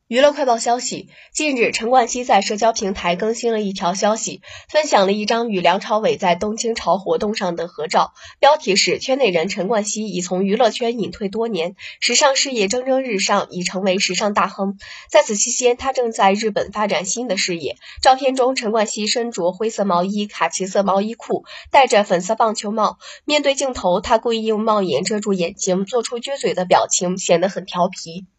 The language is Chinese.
娱乐快报消息，近日陈冠希在社交平台更新了一条消息，分享了一张与梁朝伟在东京潮活动上的合照，标题是圈内人陈冠希已从娱乐圈隐退多年，时尚事业蒸蒸日上，已成为时尚大亨。在此期间，他正在日本发展新的事业。照片中，陈冠希身着灰色毛衣、卡其色毛衣裤，戴着粉色棒球帽，面对镜头，他故意用帽檐遮住眼睛，做出撅嘴的表情，显得很调皮。